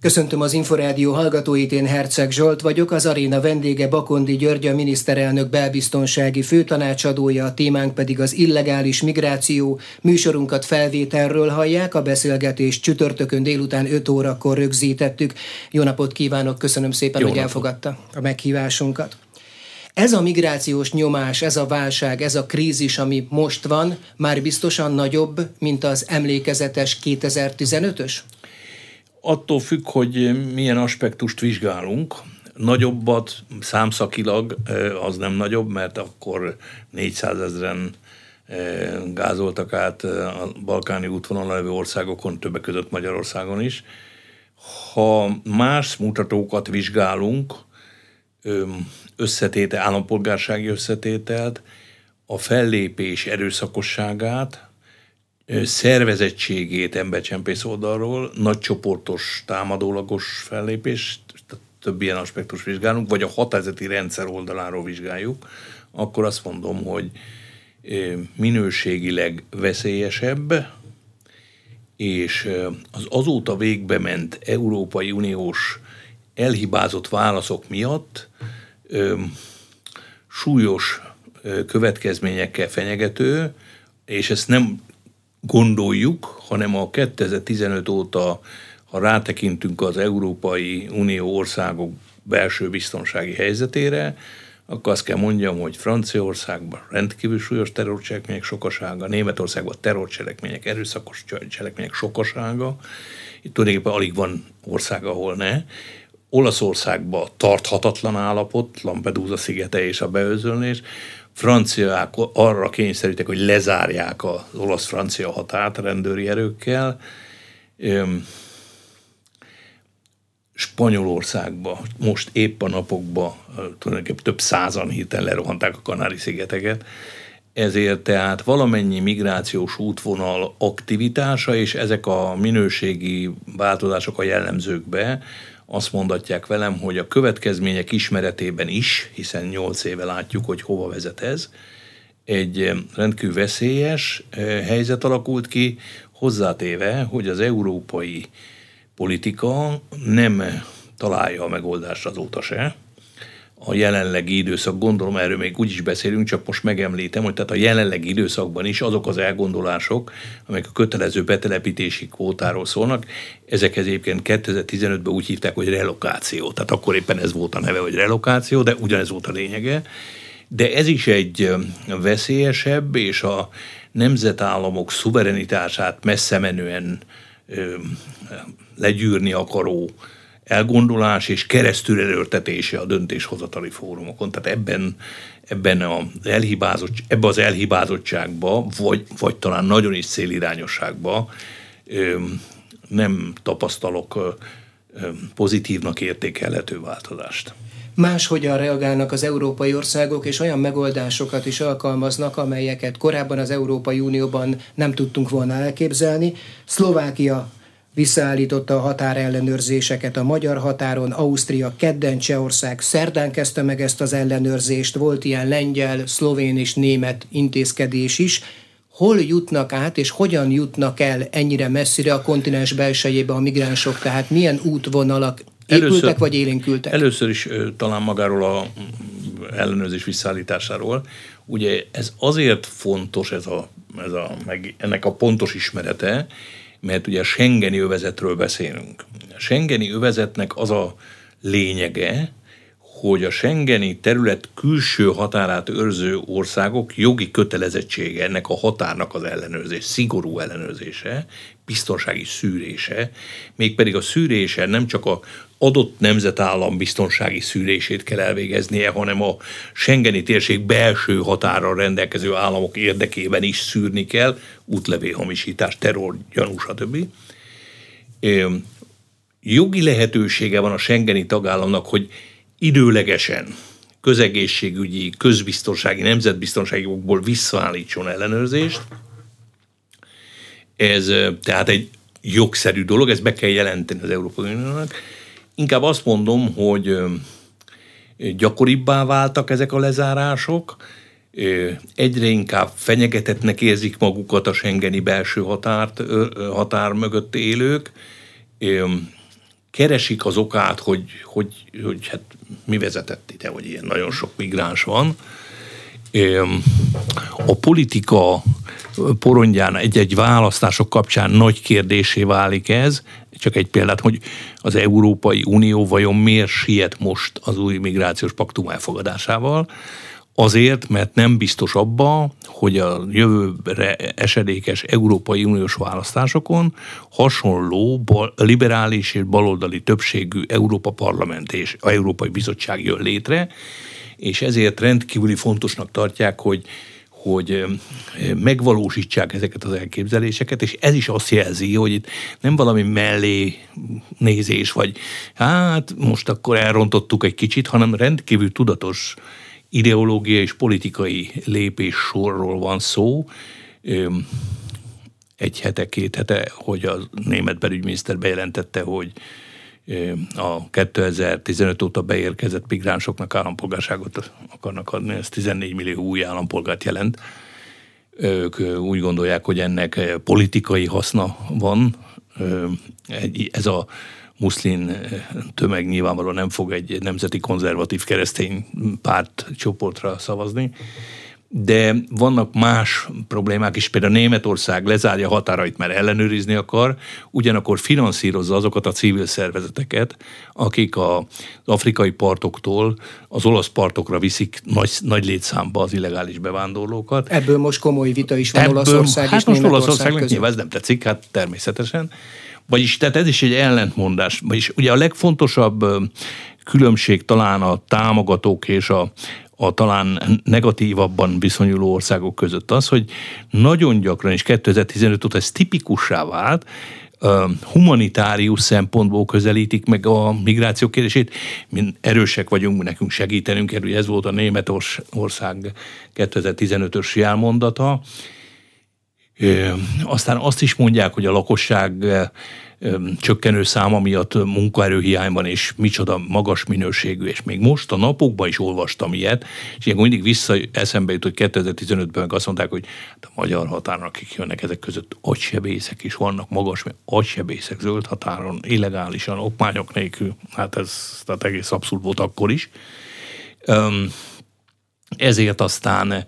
Köszöntöm az Inforádió hallgatóit, én Herceg Zsolt vagyok, az aréna vendége Bakondi György, a miniszterelnök belbiztonsági főtanácsadója, a témánk pedig az illegális migráció. Műsorunkat felvételről hallják, a beszélgetést csütörtökön délután 5 órakor rögzítettük. Jó napot kívánok, köszönöm szépen, hogy elfogadta a meghívásunkat. Ez a migrációs nyomás, ez a válság, ez a krízis, ami most van, már biztosan nagyobb, mint az emlékezetes 2015-ös? Attól függ, hogy milyen aspektust vizsgálunk. Nagyobbat számszakilag az nem nagyobb, mert akkor 400 000-en gázoltak át a balkáni útvonalon levő országokon, többek között Magyarországon is. Ha más mutatókat vizsgálunk, állampolgársági összetételt, a fellépés erőszakosságát, szervezettségét embercsempész oldalról, nagycsoportos, támadólagos fellépést, több ilyen aspektus vizsgálunk, vagy a határozati rendszer oldaláról vizsgáljuk, akkor azt mondom, hogy minőségileg veszélyesebb, és az azóta végbe ment Európai Uniós elhibázott válaszok miatt súlyos következményekkel fenyegető, és ezt nem gondoljuk, hanem a 2015 óta, ha rátekintünk az Európai Unió országok belső biztonsági helyzetére, akkor azt kell mondjam, hogy Franciaországban rendkívül súlyos terrorcselekmények sokasága, Németországban terrorcselekmények, erőszakos cselekmények sokasága, itt tulajdonképpen alig van ország, ahol ne. Olaszországban tarthatatlan állapot, Lampedusa szigete és a beözölés, franciák arra kényszerítek, hogy lezárják az olasz-francia határt rendőri erőkkel. Spanyolországban most épp a napokban tulajdonképpen több százan hirtelen lerohanták a Kanári-szigeteket. Ezért tehát valamennyi migrációs útvonal aktivitása, és ezek a minőségi változások a jellemzőkbe azt mondatják velem, hogy a következmények ismeretében is, hiszen 8 éve látjuk, hogy hova vezet ez, egy rendkívül veszélyes helyzet alakult ki, hozzátéve, hogy az európai politika nem találja a megoldást azóta se. A jelenlegi időszak, gondolom erről még úgy is beszélünk, csak most megemlítem, hogy tehát a jelenlegi időszakban is azok az elgondolások, amelyek a kötelező betelepítési kvótáról szólnak, ezekhez egyébként 2015-ben úgy hívták, hogy relokáció. Tehát akkor éppen ez volt a neve, hogy relokáció, de ugyanez volt a lényege. De ez is egy veszélyesebb és a nemzetállamok szuverenitását messze menően legyűrni akaró elgondolás és keresztülelőrtetése a döntéshozatali fórumokon. Tehát ebben az elhibázottságban, vagy talán nagyon is célirányosságban nem tapasztalok pozitívnak értékelhető változást. Máshogyan reagálnak az európai országok, és olyan megoldásokat is alkalmaznak, amelyeket korábban az Európai Unióban nem tudtunk volna elképzelni. Szlovákia visszaállította a határellenőrzéseket a magyar határon, Ausztria kedden, Csehország szerdán kezdte meg ezt az ellenőrzést, volt ilyen lengyel, szlovén és német intézkedés is. Hol jutnak át, és hogyan jutnak el ennyire messzire a kontinens belsejébe a migránsok, tehát milyen útvonalak épültek vagy élénkültek? Először is talán magáról az ellenőrzés visszaállításáról. Ugye ez azért fontos, ennek a pontos ismerete, mert ugye a schengeni övezetről beszélünk. A schengeni övezetnek az a lényege, hogy a schengeni terület külső határát őrző országok jogi kötelezettsége ennek a határnak az ellenőrzés, szigorú ellenőrzése, biztonsági szűrése, mégpedig a szűrése nem csak az adott nemzetállam biztonsági szűrését kell elvégeznie, hanem a schengeni térség belső határral rendelkező államok érdekében is szűrni kell, útlevélhamisítás, terror, gyanú, stb. Jogi lehetősége van a schengeni tagállamnak, hogy időlegesen közegészségügyi, közbiztonsági, nemzetbiztonsági okból visszaállítson ellenőrzést. Ez tehát egy jogszerű dolog, ezt be kell jelenteni az Európai Uniónak. Inkább azt mondom, hogy gyakoribbá váltak ezek a lezárások, egyre inkább fenyegetettnek érzik magukat a schengeni belső határ mögött élők, keresik az okát, hogy hát mi vezetett ide, hogy ilyen nagyon sok migráns van. A politika porondján egy-egy választások kapcsán nagy kérdésé válik ez. Csak egy példát, hogy az Európai Unió vajon miért siet most az új migrációs paktum elfogadásával? Azért, mert nem biztos abba, hogy a jövőre esedékes Európai Uniós választásokon hasonló liberális és baloldali többségű Európa Parlament és Európai Bizottság jön létre, és ezért rendkívüli fontosnak tartják, hogy megvalósítsák ezeket az elképzeléseket, és ez is azt jelzi, hogy itt nem valami mellé nézés, vagy hát most akkor elrontottuk egy kicsit, hanem rendkívül tudatos ideológiai és politikai lépéssorról van szó. Egy hete, 2 hete, hogy a német belügyminiszter bejelentette, hogy a 2015 óta beérkezett migránsoknak állampolgárságot akarnak adni, ez 14 millió új állampolgárt jelent. Ők úgy gondolják, hogy ennek politikai haszna van. Ez a muszlim tömeg nyilvánvalóan nem fog egy nemzeti konzervatív keresztény pártcsoportra szavazni, de vannak más problémák is, például Németország lezárja határait, mert ellenőrizni akar, ugyanakkor finanszírozza azokat a civil szervezeteket, akik az afrikai partoktól az olasz partokra viszik nagy létszámba az illegális bevándorlókat. Ebből most komoly vita is van Olaszország és Németország Olaszországnak nyilván ez nem tetszik, hát természetesen. Vagyis tehát ez is egy ellentmondás. Vagyis ugye a legfontosabb különbség talán a támogatók és a talán negatívabban viszonyuló országok között az, hogy nagyon gyakran, és 2015 óta ez tipikussá vált, humanitárius szempontból közelítik meg a migráció kérdését. Mi erősek vagyunk, nekünk segítenünk kell, ugye ez volt a Németország 2015-ös jelmondata. Aztán azt is mondják, hogy a lakosság csökkenő száma miatt munkaerőhiányban és micsoda magas minőségű, és még most a napokban is olvastam ilyet, és ilyenkor mindig eszembe jut, hogy 2015-ben azt mondták, hogy a magyar határon, akik jönnek, ezek között agysebészek is vannak, magas agysebészek zöld határon, illegálisan, okmányok nélkül, hát ez tehát egész abszurd volt akkor is. Ezért aztán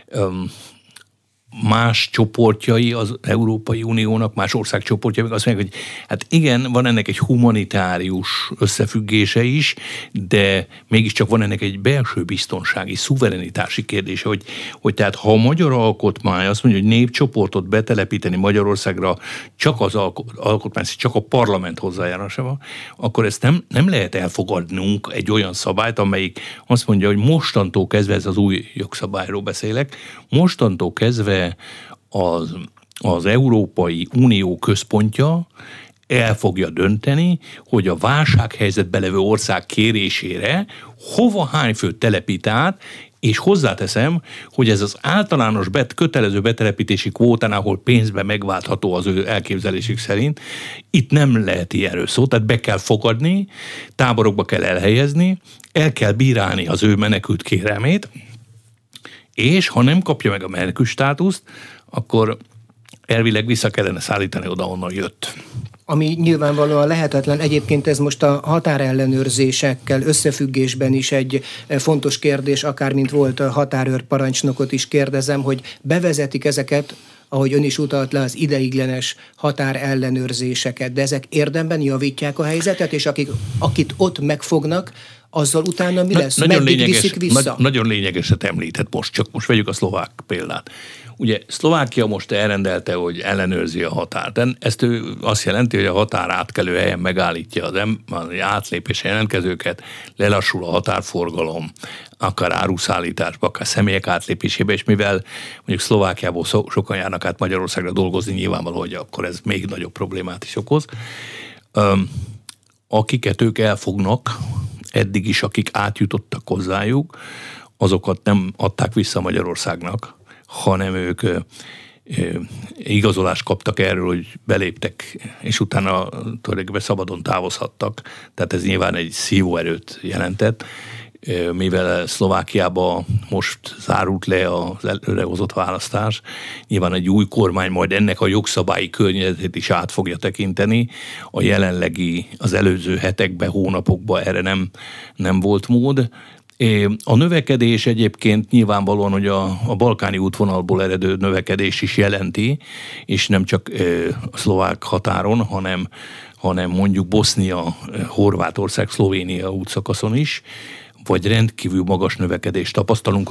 más csoportjai az Európai Uniónak, más ország csoportjai, azt mondják, hogy hát igen, van ennek egy humanitárius összefüggése is, de mégiscsak van ennek egy belső biztonsági, szuverenitási kérdése, hogy tehát ha a magyar alkotmány azt mondja, hogy népcsoportot betelepíteni Magyarországra csak az alkotmány, csak a parlament hozzájárulásával, akkor ezt nem lehet elfogadnunk egy olyan szabályt, amelyik azt mondja, hogy mostantól kezdve, ez az új jogszabályról beszélek, mostantól kezdve az Európai Unió központja el fogja dönteni, hogy a válsághelyzetbe levő ország kérésére hova hány főt telepít át, és hozzáteszem, hogy ez az általános kötelező betelepítési kvótán, ahol pénzben megváltható az ő elképzelésük szerint, itt nem lehet ilyenről szó, tehát be kell fogadni, táborokba kell elhelyezni, el kell bírálni az ő menekült kérelmét, és ha nem kapja meg a menekült státuszt, akkor elvileg vissza kellene szállítani oda, onnan jött. Ami nyilvánvalóan lehetetlen. Egyébként ez most a határellenőrzésekkel összefüggésben is egy fontos kérdés, akár mint volt a határőrparancsnokot is kérdezem, hogy bevezetik ezeket, ahogy ön is utalt le, az ideiglenes határellenőrzéseket, de ezek érdemben javítják a helyzetet, és akit ott megfognak, azzal utána mi lesz? Meddig viszik vissza? Nagyon lényegeset említett most vegyük a szlovák példát. Ugye Szlovákia most elrendelte, hogy ellenőrzi a határt. Ezt azt jelenti, hogy a határ átkelő helyen megállítja az átlépés jelentkezőket, lelassul a határforgalom, akár áruszállításba, akár személyek átlépésébe, és mivel mondjuk Szlovákiából sokan járnak át Magyarországra dolgozni, nyilvánvaló, hogy akkor ez még nagyobb problémát is okoz. Akiket ők elfognak, eddig is, akik átjutottak hozzájuk, azokat nem adták vissza Magyarországnak, hanem ők igazolást kaptak erről, hogy beléptek, és utána tulajdonképpen szabadon távozhattak. Tehát ez nyilván egy szívóerőt jelentett. mivel Szlovákiában most zárult le az előrehozott választás, nyilván egy új kormány majd ennek a jogszabályi környezetét is át fogja tekinteni. A jelenlegi, az előző hetekben, hónapokban erre nem volt mód. A növekedés egyébként nyilvánvalóan, hogy a balkáni útvonalból eredő növekedés is jelenti, és nem csak a szlovák határon, hanem mondjuk Bosznia, Horvátország, Szlovénia útszakaszon is, vagy rendkívül magas növekedést tapasztalunk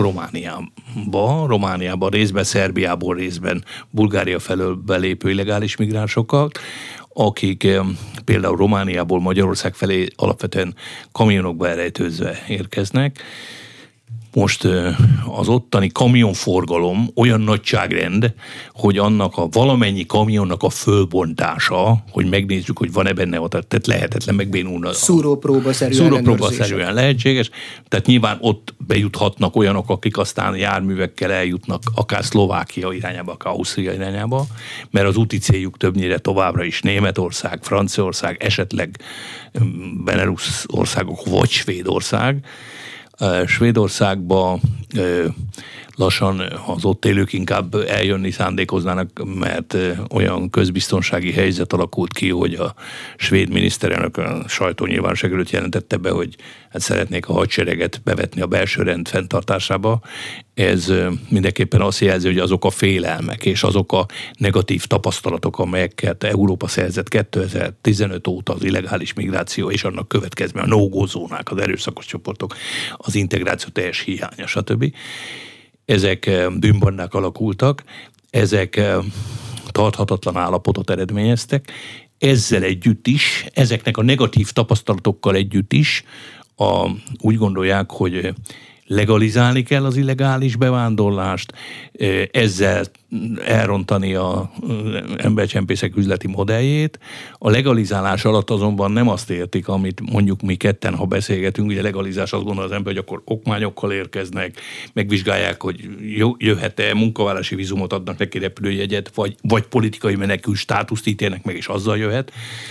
Romániában részben Szerbiából, részben Bulgária felől belépő illegális migránsokkal, akik például Romániából Magyarország felé alapvetően kamionokba elrejtőzve érkeznek. Most az ottani kamionforgalom olyan nagyságrend, hogy annak a valamennyi kamionnak fölbontása, hogy megnézzük, hogy van-e benne, tehát lehetetlen megbénulni. Szúrópróbaszerűen lehetséges. Tehát nyilván ott bejuthatnak olyanok, akik aztán járművekkel eljutnak akár Szlovákia irányába, akár Ausztria irányába, mert az úti céljuk többnyire továbbra is Németország, Franciaország, esetleg Benelux országok vagy Svédország. Svédországba lassan az ott élők inkább eljönni szándékoznának, mert olyan közbiztonsági helyzet alakult ki, hogy a svéd miniszterelnök a sajtónyilvánosság előtt jelentette be, hogy hát szeretnék a hadsereget bevetni a belső rend fenntartásába. Ez mindenképpen azt jelzi, hogy azok a félelmek és azok a negatív tapasztalatok, amelyeket Európa szerzett 2015 óta, az illegális migráció és annak következménye a no-go zónák, az erőszakos csoportok, az integráció teljes hiánya, stb. Ezek bűnbandák alakultak, ezek tarthatatlan állapotot eredményeztek, ezzel együtt is, ezeknek a negatív tapasztalatokkal együtt is úgy gondolják, hogy legalizálni kell az illegális bevándorlást, ezzel elrontani az embercsempészek üzleti modelljét. A legalizálás alatt azonban nem azt értik, amit mondjuk mi ketten, ha beszélgetünk, ugye legalizás azt gondol az ember, hogy akkor okmányokkal érkeznek, megvizsgálják, hogy jöhet-e, munkavállalási vízumot adnak neki, repülőjegyet, vagy politikai menekült státuszt ítélnek meg, és azzal jöhet.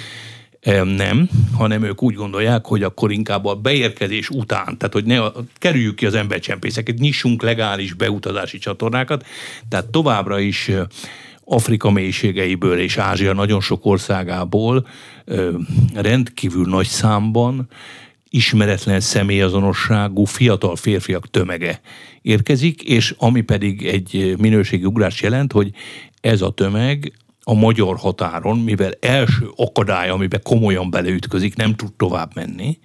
Nem, hanem ők úgy gondolják, hogy akkor inkább a beérkezés után, tehát hogy kerüljük ki az embercsempészeket, nyissunk legális beutazási csatornákat, tehát továbbra is Afrika mélységeiből és Ázsia nagyon sok országából rendkívül nagy számban ismeretlen személyazonosságú fiatal férfiak tömege érkezik, és ami pedig egy minőségi ugrás jelent, hogy ez a tömeg a magyar határon, mivel első akadály, amiben komolyan beleütközik, nem tud tovább menni,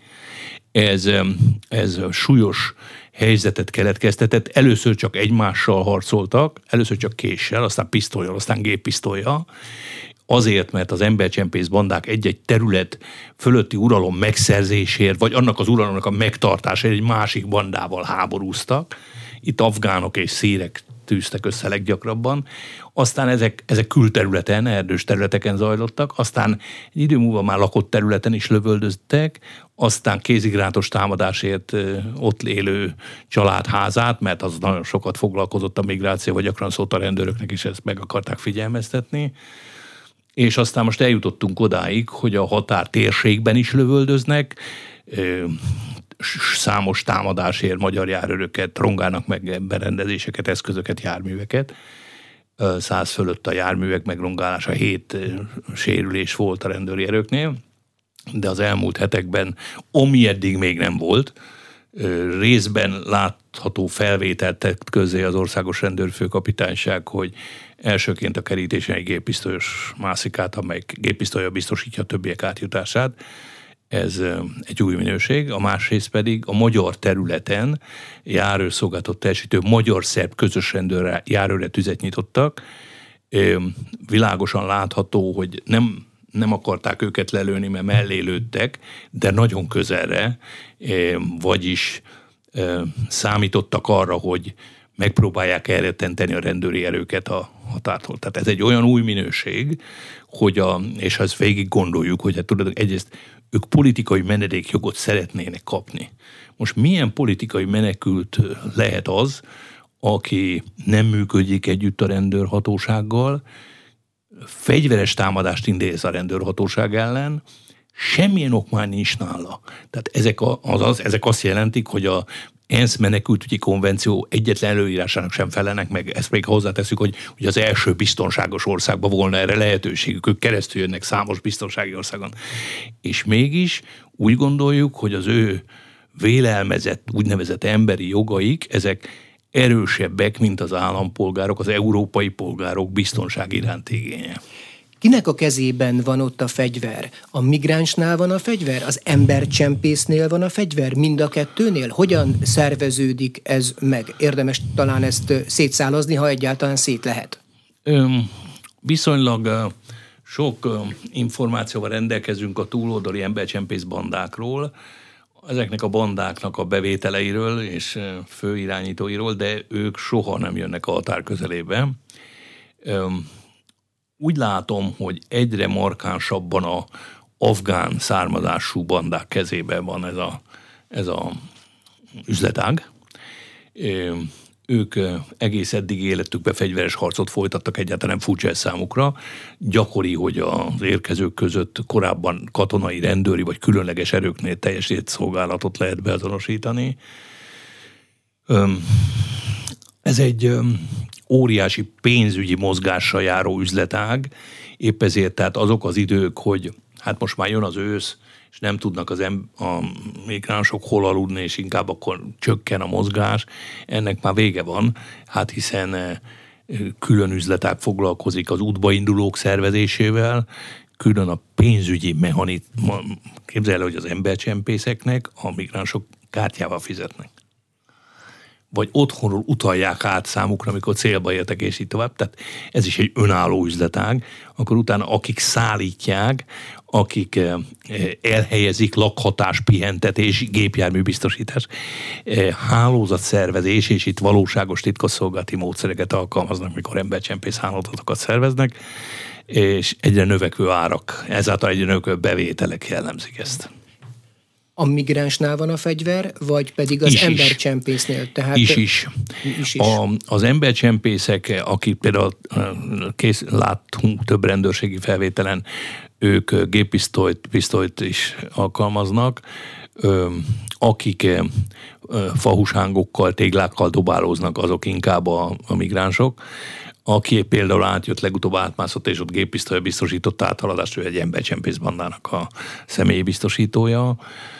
ez súlyos helyzetet keletkeztetett. Először csak egymással harcoltak, először csak késsel, aztán pisztollyal, aztán géppisztollyal, azért, mert az embercsempész bandák egy-egy terület fölötti uralom megszerzésért, vagy annak az uralomnak a megtartásáért egy másik bandával háborúztak. Itt afgánok és szírek tűztek össze leggyakrabban. Aztán ezek külterületen, erdős területeken zajlottak, aztán egy idő múlva már lakott területen is lövöldöztek, aztán kézigránatos támadásért ott élő családházát, mert az nagyon sokat foglalkozott a migráció, vagy gyakran szólt a rendőröknek is, ezt meg akarták figyelmeztetni. És aztán most eljutottunk odáig, hogy a határ térségben is lövöldöznek, számos támadásért magyar járőröket, rongálnak meg berendezéseket, eszközöket, járműveket. 100 fölött a járművek megrongálása, 7 sérülés volt a rendőri erőknél, de az elmúlt hetekben, ami eddig még nem volt, részben látható felvételt tett közzé az Országos Rendőrfőkapitányság, hogy elsőként a kerítésen egy géppisztolyos mászik át, amely géppisztolya biztosítja a többiek átjutását. Ez egy új minőség, a másrészt pedig a magyar területen járőrszolgálatot teljesítő magyar-szerb közös rendőr járőre tüzet nyitottak. Világosan látható, hogy nem akarták őket lelőni, mert mellé lőttek, de nagyon közelre, vagyis számítottak arra, hogy megpróbálják elrettenteni a rendőri erőket a határtól. Tehát ez egy olyan új minőség, hogy és ha ezt végig gondoljuk, hogy hát tudod, egyrészt ők politikai menedékjogot szeretnének kapni. Most milyen politikai menekült lehet az, aki nem működik együtt a rendőrhatósággal, fegyveres támadást indíz a rendőrhatóság ellen, Semmilyen okmány nincs nála. Tehát ezek azt jelentik, hogy a ENSZ menekültügyi konvenció egyetlen előírásának sem felelnek meg. Ezt még hozzáteszük, hogy az első biztonságos országban volna erre lehetőségük. Ők keresztül jönnek számos biztonsági országon. És mégis úgy gondoljuk, hogy az ő vélelmezett, úgynevezett emberi jogaik, ezek erősebbek, mint az állampolgárok, az európai polgárok biztonság iránti igénye. Kinek a kezében van ott a fegyver? A migránsnál van a fegyver? Az embercsempésznél van a fegyver? Mind a kettőnél? Hogyan szerveződik ez meg? Érdemes talán ezt szétszálazni, ha egyáltalán szét lehet. Viszonylag sok információval rendelkezünk a túloldali embercsempész bandákról, ezeknek a bandáknak a bevételeiről és főirányítóiról, de ők soha nem jönnek a határ közelébe. Úgy látom, hogy egyre markánsabban az afgán származású bandák kezében van ez a üzletág. Ők egész eddig életükben fegyveres harcot folytattak, egyáltalán nem furcsa ez számukra. Gyakori, hogy az érkezők között korábban katonai, rendőri vagy különleges erőknél teljesített szolgálatot lehet beazonosítani. Ez egy óriási pénzügyi mozgással járó üzletág, épp ezért tehát azok az idők, hogy hát most már jön az ősz, és nem tudnak a migránsok hol aludni, és inkább akkor csökken a mozgás, ennek már vége van, hát hiszen külön üzletág foglalkozik az útba indulók szervezésével, külön a pénzügyi mechanizmus, képzelj, hogy az embercsempészeknek a migránsok kártyával fizetnek. Vagy otthonról utalják át számukra, amikor célba értek, és így tovább. Tehát ez is egy önálló üzletág. Akkor utána akik szállítják, akik elhelyezik, lakhatás, pihentetés, gépjárműbiztosítás, hálózatszervezés, és itt valóságos titkosszolgálati módszereket alkalmaznak, mikor embercsempész hálózatokat szerveznek, és egyre növekvő árak, ezáltal egyre növekvő bevételek jellemzik ezt. A migránsnál van a fegyver, vagy pedig az embercsempésznél? Tehát is. Az embercsempészek, akik például láttunk több rendőrségi felvételen, ők géppisztolyt is alkalmaznak, akik fahúsángokkal, téglákkal dobálóznak, azok inkább a migránsok. Aki például átjött, legutóbb átmászott, és ott géppisztolya biztosított áthaladást, ő egy embercsempész bandának a személyi biztosítója.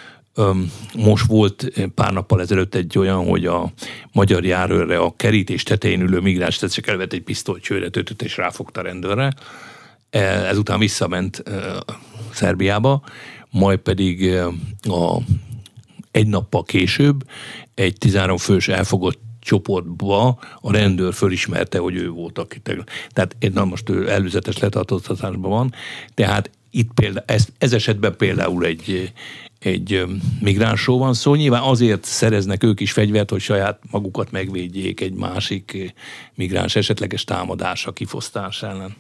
Most volt pár nappal ezelőtt egy olyan, hogy a magyar járőrre a kerítés tetején ülő migráns tetszek elvett egy pisztolycsőre, töltött és ráfogta a rendőrre. Ezután visszament Szerbiába, majd pedig egy nappal később egy 13 fős elfogott csoportba a rendőr fölismerte, hogy ő volt, tehát most ő előzetes letartóztatásban van, tehát itt például, ez esetben például egy migránsról van szó. Nyilván azért szereznek ők is fegyvert, hogy saját magukat megvédjék egy másik migráns esetleges támadása, kifosztás ellen.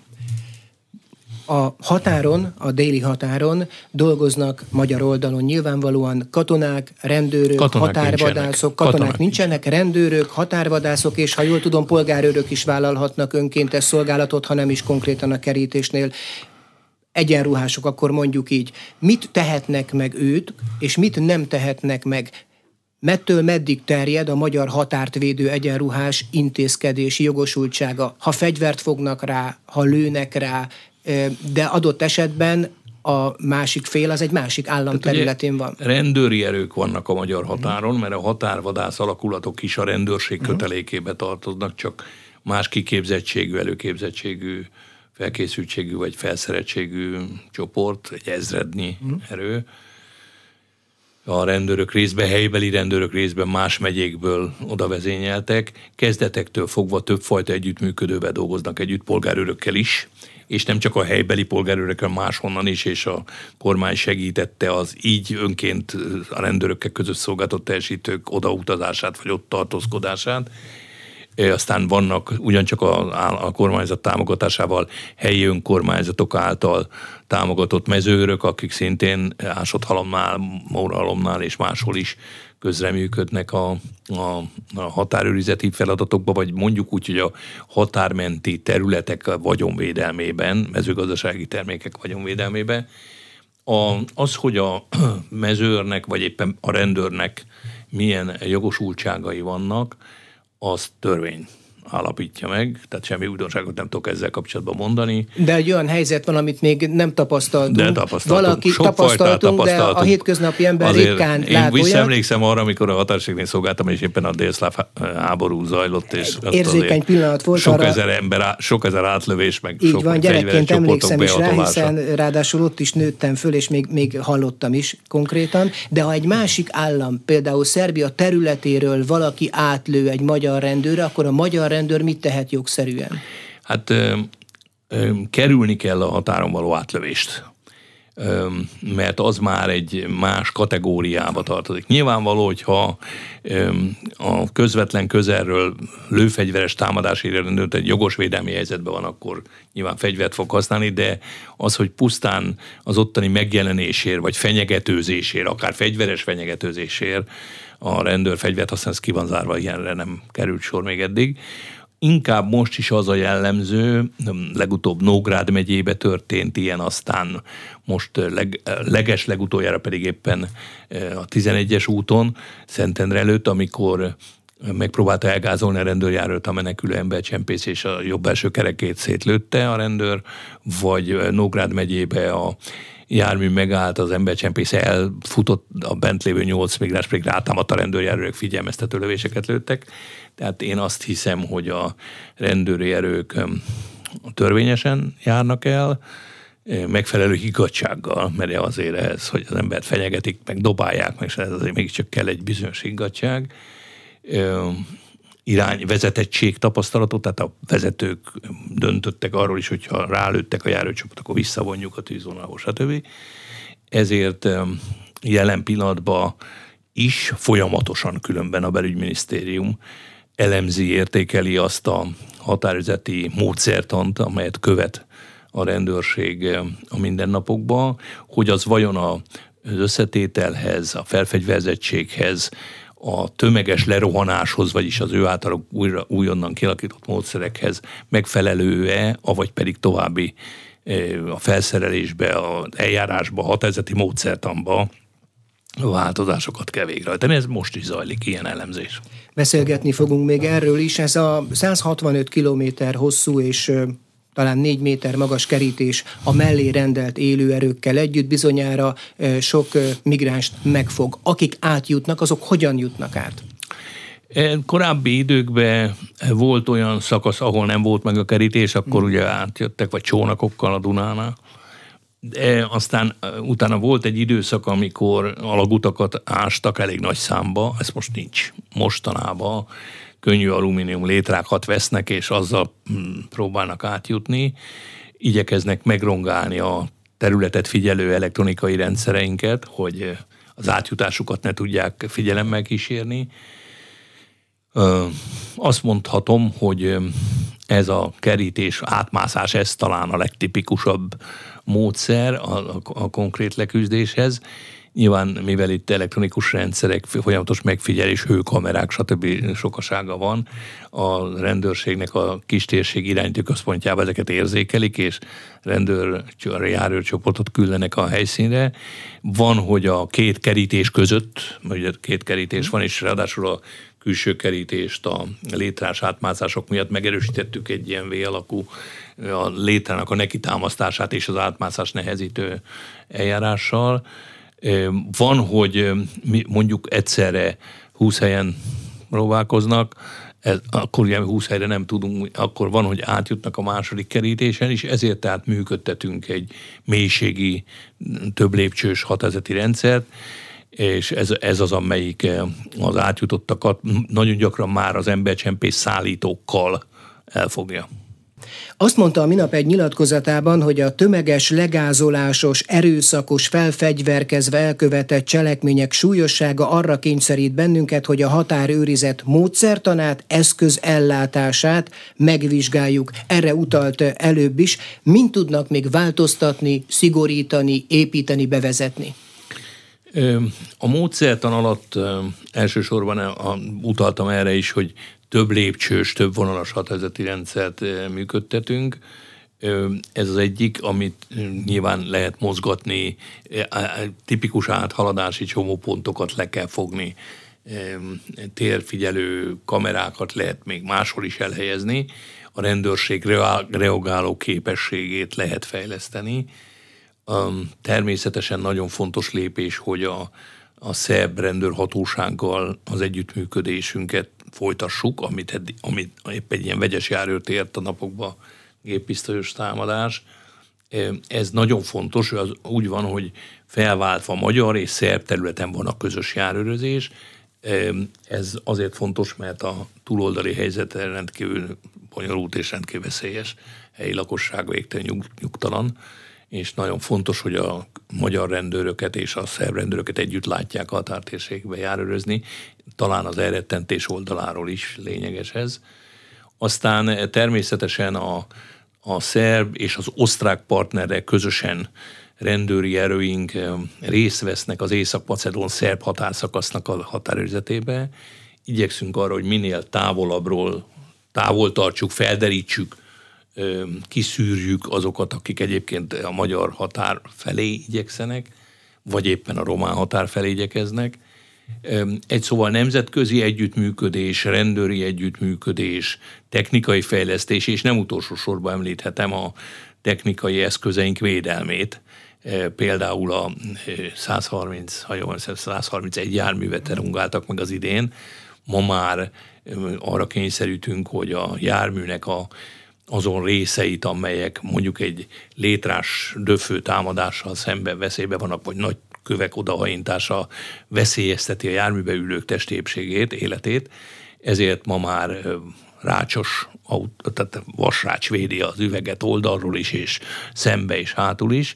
A határon, a déli határon dolgoznak magyar oldalon nyilvánvalóan katonák, rendőrök, határvadászok. Katonák nincsenek, rendőrök, határvadászok, és ha jól tudom, polgárőrök is vállalhatnak önkéntes szolgálatot, ha nem is konkrétan a kerítésnél. Egyenruhások, akkor mondjuk így. Mit tehetnek meg őt, és mit nem tehetnek meg? Mettől meddig terjed a magyar határt védő egyenruhás intézkedési jogosultsága? Ha fegyvert fognak rá, ha lőnek rá, de adott esetben a másik fél az egy másik állam területén van. Rendőri erők vannak a magyar határon, mert a határvadász alakulatok is a rendőrség kötelékébe tartoznak, csak más kiképzettségű, előképzettségű, felkészültségű vagy felszereltségű csoport, egy ezrednyi erő. A rendőrök részben, helybeli rendőrök részben más megyékből oda vezényeltek. Kezdetektől fogva többfajta együttműködővel dolgoznak együtt, polgárőrökkel is, és nem csak a helybeli polgárőrökkel, máshonnan is, és a kormány segítette az így önként a rendőrökkel között szolgálatot teljesítők odautazását, vagy ott tartózkodását. Aztán vannak ugyancsak a kormányzat támogatásával helyi önkormányzatok által támogatott mezőrök, akik szintén Ásott-halomnál, Mórahalomnál és máshol is közreműködnek a határőrizeti feladatokba, vagy mondjuk úgy, hogy a határmenti területek vagyonvédelmében, mezőgazdasági termékek vagyonvédelmében. Az, hogy a mezőrnek, vagy éppen a rendőrnek milyen jogosultságai vannak, az törvény állapítja meg, tehát semmi újdonságot nem tudok ezzel kapcsolatban mondani. De egy olyan helyzet van, amit még nem tapasztaltunk. De tapasztaltunk. Tapasztaltunk, de a hétköznapi ember ritkán lát Én visszaemlékszem arra, amikor a határségnél szolgáltam, és éppen a délszláv háború zajlott, és érzékeny pillanat volt. Sok ezer átlövés, meg így sok van, gyerekként emlékszem is rá, hiszen ráadásul ott is nőttem föl, és még hallottam is konkrétan. De ha egy másik állam, például Szerbia területéről valaki átlő egy magyar rendőrre, akkor a magyar rendőr mit tehet jogszerűen? Hát kerülni kell a határon való átlövést, mert az már egy más kategóriába tartozik. Nyilvánvaló, hogyha a közvetlen közelről lőfegyveres támadás érintett egy jogos védelmi helyzetben van, akkor nyilván fegyvert fog használni, de az, hogy pusztán az ottani megjelenésért, vagy fenyegetőzésért, akár fegyveres fenyegetőzésért a rendőr fegyvert használ, ez ki van zárva, ilyenre nem került sor még eddig. Inkább most is az a jellemző, legutóbb Nógrád megyébe történt ilyen, aztán most legutoljára pedig éppen a 11-es úton, Szentendre előtt, amikor megpróbálta elgázolni a rendőrjárót a menekülő embercsempész, és a jobb első kerekét szétlőtte a rendőr, vagy Nógrád megyébe a jármű megállt, az embercsempész elfutott, a bent lévő 8 migráns pedig rátámadt a rendőrjárőrök, figyelmeztető lövéseket lőttek. Tehát én azt hiszem, hogy a rendőri erők törvényesen járnak el, megfelelő higgadtsággal, mert azért ez, hogy az embert fenyegetik, meg dobálják, meg ez azért mégiscsak kell egy bizonyos higgadtság. Vezetettség tapasztalatot, tehát a vezetők döntöttek arról is, hogyha rálőttek a járőcsoport, akkor visszavonjuk a tűzvonalához, stb. Ezért jelen pillanatban is folyamatosan különben a belügyminisztérium elemzi, értékeli azt a határozati módszertant, amelyet követ a rendőrség a mindennapokban, hogy az vajon az összetételhez, a felfegyverzettséghez, a tömeges lerohanáshoz, vagyis az ő általuk újonnan kialakított módszerekhez megfelelő-e, avagy pedig további a felszerelésbe, az eljárásba, a határozati módszertanba változásokat kell végrehajtani. Ez most is zajlik, ilyen elemzés. Beszélgetni fogunk még erről is. Ez a 165 kilométer hosszú és talán 4 méter magas kerítés a mellé rendelt élőerőkkel együtt bizonyára sok migránst megfog. Akik átjutnak, azok hogyan jutnak át? Korábbi időkben volt olyan szakasz, ahol nem volt meg a kerítés, akkor ugye átjöttek, vagy csónakokkal a Dunánál. De aztán utána volt egy időszak, amikor alagutakat ástak elég nagy számba, ez most nincs. Mostanában könnyű alumínium létrákat vesznek, és azzal próbálnak átjutni. Igyekeznek megrongálni a területet figyelő elektronikai rendszereinket, hogy az átjutásukat ne tudják figyelemmel kísérni. Azt mondhatom, hogy ez a kerítés, átmászás, ez talán a legtipikusabb módszer a konkrét leküzdéshez. Nyilván, mivel itt elektronikus rendszerek, folyamatos megfigyelés, hőkamerák, stb. Sokasága van, a rendőrségnek a kistérség irányító központjában ezeket érzékelik, és járőrcsoportot küldenek a helyszínre. Van, hogy a két kerítés között, ugye két kerítés van, és ráadásul a külső kerítést a létrás átmászások miatt megerősítettük egy ilyen V-alakú a létrának a nekitámasztását és az átmászás nehezítő eljárással. Van, hogy mondjuk egyszerre 20 helyen próbálkoznak, akkor ugye 20 helyre nem tudunk, akkor van, hogy átjutnak a második kerítésen is, ezért tehát működtetünk egy mélységi, több lépcsős határozati rendszert, és ez az, amelyik az átjutottakat nagyon gyakran már az embercsempész szállítókkal elfogja. Azt mondta a minap egy nyilatkozatában, hogy a tömeges, legázolásos, erőszakos, felfegyverkezve elkövetett cselekmények súlyossága arra kényszerít bennünket, hogy a határőrizet módszertanát, eszközellátását megvizsgáljuk. Erre utalt előbb is. Mint tudnak még változtatni, szigorítani, építeni, bevezetni? A módszertan alatt elsősorban utaltam erre is, hogy több lépcsős, több vonalas határozati rendszert működtetünk. Ez az egyik, amit nyilván lehet mozgatni, tipikus áthaladási csomópontokat le kell fogni, térfigyelő kamerákat lehet még máshol is elhelyezni, a rendőrség reagáló képességét lehet fejleszteni. Természetesen nagyon fontos lépés, hogy a szerb rendőrhatósággal az együttműködésünket folytassuk, amit épp egy ilyen vegyes járőrt ért a napokban géppisztolyos támadás. Ez nagyon fontos, hogy az úgy van, hogy felváltva magyar és szerb területen van a közös járőrözés. Ez azért fontos, mert a túloldali helyzet rendkívül bonyolult és rendkívül veszélyes, helyi lakossága végtelen nyugtalan, és nagyon fontos, hogy a magyar rendőröket és a szerb rendőröket együtt látják a határtérségbe járőrözni, talán az elrettentés oldaláról is lényeges ez. Aztán természetesen a szerb és az osztrák partnerrel közösen rendőri erőink részt vesznek az észak-macedón szerb határszakasznak a határőrzetébe. Igyekszünk arra, hogy minél távolabbról távol tartsuk, felderítsük, kiszűrjük azokat, akik egyébként a magyar határ felé igyekszenek, vagy éppen a román határ felé igyekeznek. Egy szóval nemzetközi együttműködés, rendőri együttműködés, technikai fejlesztés, és nem utolsó sorban említhetem a technikai eszközeink védelmét. Például a 131 járművet erungáltak meg az idén. Ma már arra kényszerítünk, hogy a járműnek azon részeit, amelyek mondjuk egy létrás döfő támadással szemben veszélybe vannak, vagy nagy kövek odahaintása veszélyezteti a járműbe ülők testépségét, életét, ezért ma már tehát vasrács védi az üveget oldalról is, és szembe és hátul is.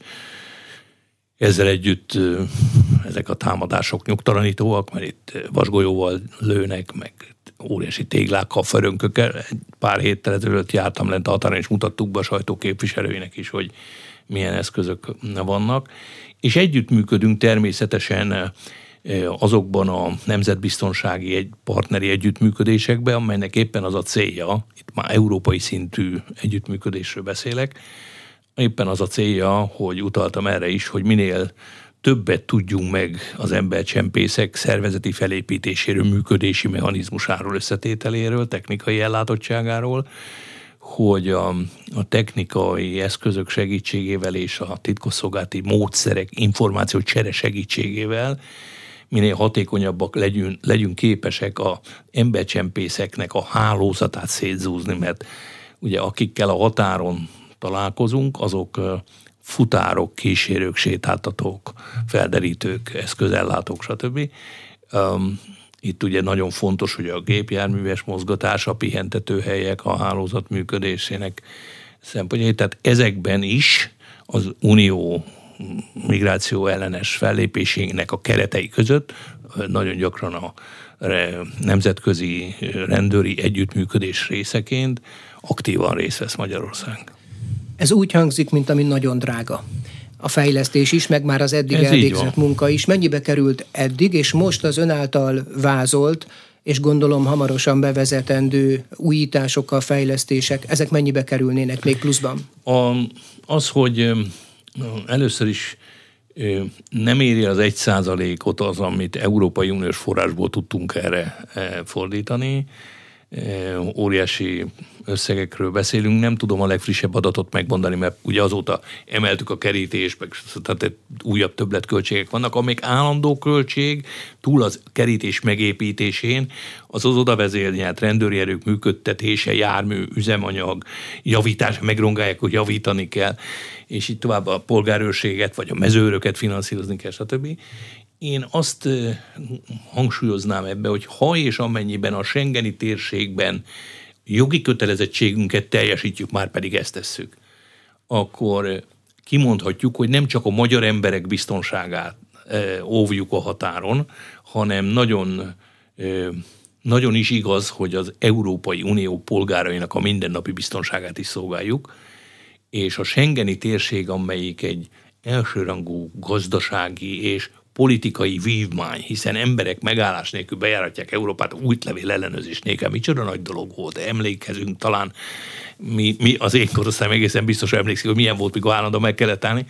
Ezzel együtt ezek a támadások nyugtalanítóak, mert itt vasgolyóval lőnek, meg óriási téglákkal, förönkökkel. Egy pár héttel ezelőtt jártam lent a határon, és mutattuk be a sajtó képviselőinek is, hogy milyen eszközök vannak. És együttműködünk természetesen azokban a nemzetbiztonsági partneri együttműködésekben, amelynek éppen az a célja, itt már európai szintű együttműködésről beszélek, éppen az a célja, hogy utaltam erre is, hogy minél többet tudjunk meg az embercsempészek szervezeti felépítéséről, működési mechanizmusáról, összetételéről, technikai ellátottságáról, hogy a technikai eszközök segítségével és a titkosszolgálati módszerek, információcsere segítségével minél hatékonyabbak legyünk képesek az embercsempészeknek a hálózatát szétzúzni, mert ugye akikkel a határon találkozunk, azok futárok, kísérők, sétáltatók, felderítők, eszközellátók, stb. Itt ugye nagyon fontos, hogy a gépjárműves mozgatás, a pihentetőhelyek, a hálózat működésének szempontjai. Tehát ezekben is az unió migráció ellenes fellépésének a keretei között nagyon gyakran a nemzetközi rendőri együttműködés részeként aktívan részt vesz Magyarország. Ez úgy hangzik, mint ami nagyon drága. A fejlesztés is, meg már az eddig elvégzett munka is. Mennyibe került eddig, és most az ön által vázolt, és gondolom hamarosan bevezetendő újításokkal, fejlesztések, ezek mennyibe kerülnének még pluszban? Az, hogy először is nem éri az 1%-ot az, amit Európai Uniós forrásból tudtunk erre fordítani. Óriási összegekről beszélünk, nem tudom a legfrissebb adatot megmondani, mert ugye azóta emeltük a kerítést, meg tehát újabb többletköltségek vannak, amik állandó költség, túl az kerítés megépítésén, az odavezérelt rendőri erők működtetése, jármű, üzemanyag, javítás, megrongálják, hogy javítani kell, és itt tovább a polgárőrséget, vagy a mezőröket finanszírozni kell, stb. Én azt hangsúlyoznám ebbe, hogy ha és amennyiben a schengeni térségben jogi kötelezettségünket teljesítjük, már pedig ezt tesszük, akkor kimondhatjuk, hogy nem csak a magyar emberek biztonságát óvjuk a határon, hanem nagyon, nagyon is igaz, hogy az Európai Unió polgárainak a mindennapi biztonságát is szolgáljuk, és a schengeni térség, amelyik egy elsőrangú gazdasági és politikai vívmány, hiszen emberek megállás nélkül bejáratják Európát útlevél ellenőrzés nélkül. Micsoda nagy dolog volt, emlékezünk talán, mi az én korosztályom egészen biztos emlékszik, hogy milyen volt, mikor állandóan meg kellett állni.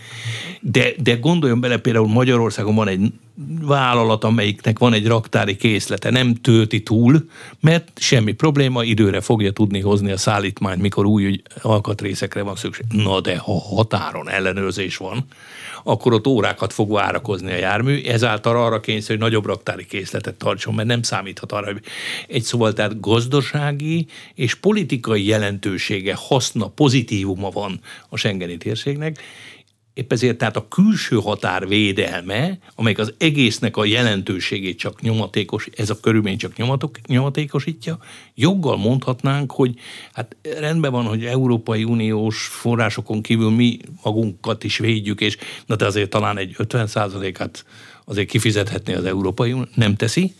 De gondoljon bele, például Magyarországon van egy vállalat, amelyiknek van egy raktári készlete, nem tölti túl, mert semmi probléma, időre fogja tudni hozni a szállítmányt, mikor új alkatrészekre van szükség. Na de ha határon ellenőrzés van, akkor ott órákat fog várakozni a jármű, ezáltal arra kényszerül, hogy nagyobb raktári készletet tartson, mert nem számíthat arra, hogy egy szóval tehát gazdasági és politikai jelentősége, haszna, pozitívuma van a schengeni térségnek. Épp ezért tehát a külső határ védelme, amelyik az egésznek a jelentőségét csak ez a körülmény csak nyomatékosítja, joggal mondhatnánk, hogy hát rendben van, hogy Európai Uniós forrásokon kívül mi magunkat is védjük, és na de azért talán egy 50%-át azért kifizethetné az Európai Unió, nem teszi,